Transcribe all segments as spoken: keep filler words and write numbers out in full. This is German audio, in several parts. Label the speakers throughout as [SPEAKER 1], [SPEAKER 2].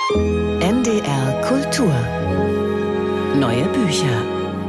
[SPEAKER 1] N D R Kultur. Neue Bücher.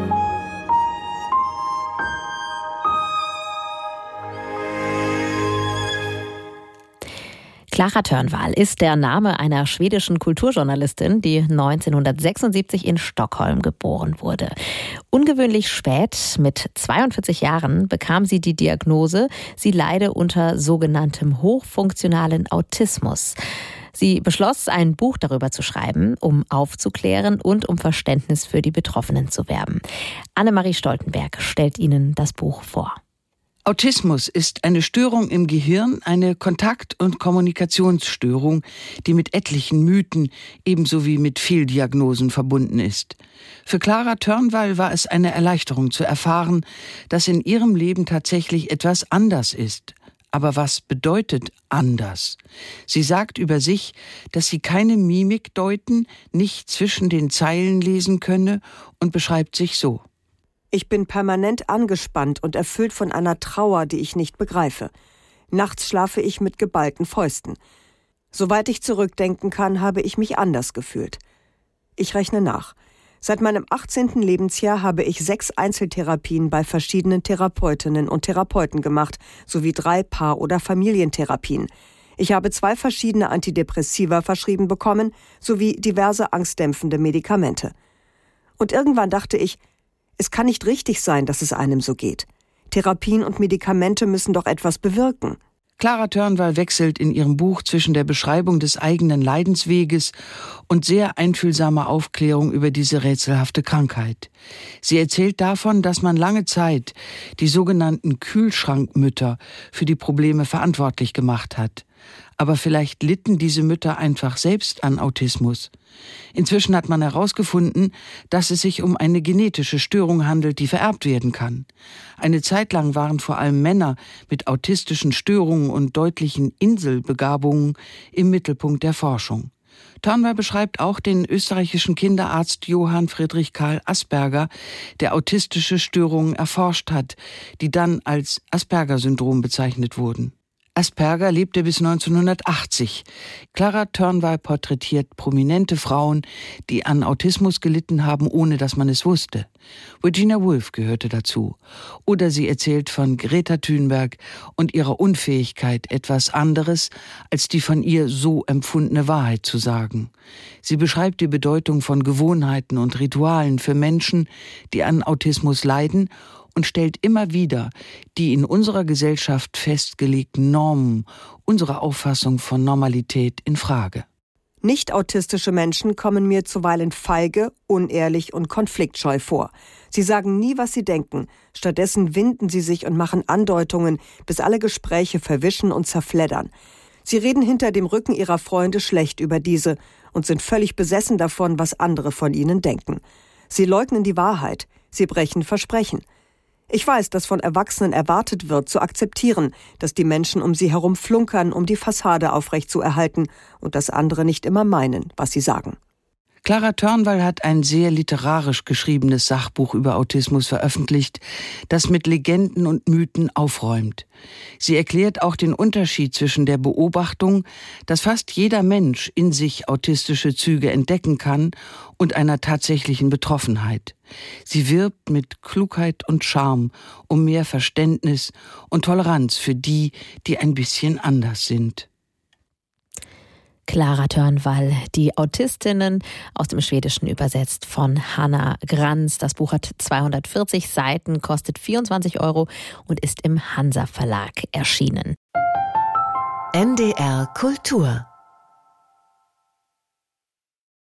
[SPEAKER 2] Klara Törnvall ist der Name einer schwedischen Kulturjournalistin, die neunzehnhundertsechsundsiebzig in Stockholm geboren wurde. Ungewöhnlich spät, mit zweiundvierzig Jahren, bekam sie die Diagnose, sie leide unter sogenanntem hochfunktionalen Autismus. Sie beschloss, ein Buch darüber zu schreiben, um aufzuklären und um Verständnis für die Betroffenen zu werben. Annemarie Stoltenberg stellt Ihnen das Buch vor.
[SPEAKER 3] Autismus ist eine Störung im Gehirn, eine Kontakt- und Kommunikationsstörung, die mit etlichen Mythen ebenso wie mit Fehldiagnosen verbunden ist. Für Klara Törnvall war es eine Erleichterung zu erfahren, dass in ihrem Leben tatsächlich etwas anders ist. Aber was bedeutet anders? Sie sagt über sich, dass sie keine Mimik deuten, nicht zwischen den Zeilen lesen könne und beschreibt sich so.
[SPEAKER 4] Ich bin permanent angespannt und erfüllt von einer Trauer, die ich nicht begreife. Nachts schlafe ich mit geballten Fäusten. Soweit ich zurückdenken kann, habe ich mich anders gefühlt. Ich rechne nach. Seit meinem achtzehnten Lebensjahr habe ich sechs Einzeltherapien bei verschiedenen Therapeutinnen und Therapeuten gemacht, sowie drei Paar- oder Familientherapien. Ich habe zwei verschiedene Antidepressiva verschrieben bekommen, sowie diverse angstdämpfende Medikamente. Und irgendwann dachte ich, es kann nicht richtig sein, dass es einem so geht. Therapien und Medikamente müssen doch etwas bewirken.
[SPEAKER 3] Klara Törnvall wechselt in ihrem Buch zwischen der Beschreibung des eigenen Leidensweges und sehr einfühlsamer Aufklärung über diese rätselhafte Krankheit. Sie erzählt davon, dass man lange Zeit die sogenannten Kühlschrankmütter für die Probleme verantwortlich gemacht hat. Aber vielleicht litten diese Mütter einfach selbst an Autismus. Inzwischen hat man herausgefunden, dass es sich um eine genetische Störung handelt, die vererbt werden kann. Eine Zeit lang waren vor allem Männer mit autistischen Störungen und deutlichen Inselbegabungen im Mittelpunkt der Forschung. Törnvall beschreibt auch den österreichischen Kinderarzt Johann Friedrich Karl Asperger, der autistische Störungen erforscht hat, die dann als Asperger-Syndrom bezeichnet wurden. Asperger lebte bis neunzehnhundertachtzig. Klara Törnvall porträtiert prominente Frauen, die an Autismus gelitten haben, ohne dass man es wusste. Virginia Woolf gehörte dazu. Oder sie erzählt von Greta Thunberg und ihrer Unfähigkeit, etwas anderes als die von ihr so empfundene Wahrheit zu sagen. Sie beschreibt die Bedeutung von Gewohnheiten und Ritualen für Menschen, die an Autismus leiden, und stellt immer wieder die in unserer Gesellschaft festgelegten Normen, unsere Auffassung von Normalität in Frage.
[SPEAKER 4] Nicht-autistische Menschen kommen mir zuweilen feige, unehrlich und konfliktscheu vor. Sie sagen nie, was sie denken. Stattdessen winden sie sich und machen Andeutungen, bis alle Gespräche verwischen und zerfleddern. Sie reden hinter dem Rücken ihrer Freunde schlecht über diese und sind völlig besessen davon, was andere von ihnen denken. Sie leugnen die Wahrheit. Sie brechen Versprechen. Ich weiß, dass von Erwachsenen erwartet wird, zu akzeptieren, dass die Menschen um sie herum flunkern, um die Fassade aufrechtzuerhalten und dass andere nicht immer meinen, was sie sagen.
[SPEAKER 3] Klara Törnvall hat ein sehr literarisch geschriebenes Sachbuch über Autismus veröffentlicht, das mit Legenden und Mythen aufräumt. Sie erklärt auch den Unterschied zwischen der Beobachtung, dass fast jeder Mensch in sich autistische Züge entdecken kann, und einer tatsächlichen Betroffenheit. Sie wirbt mit Klugheit und Charme um mehr Verständnis und Toleranz für die, die ein bisschen anders sind.
[SPEAKER 2] Klara Törnvall, die Autistinnen, aus dem Schwedischen übersetzt von Hanna Granz. Das Buch hat zweihundertvierzig Seiten, kostet vierundzwanzig Euro und ist im Hansa Verlag erschienen.
[SPEAKER 1] N D R Kultur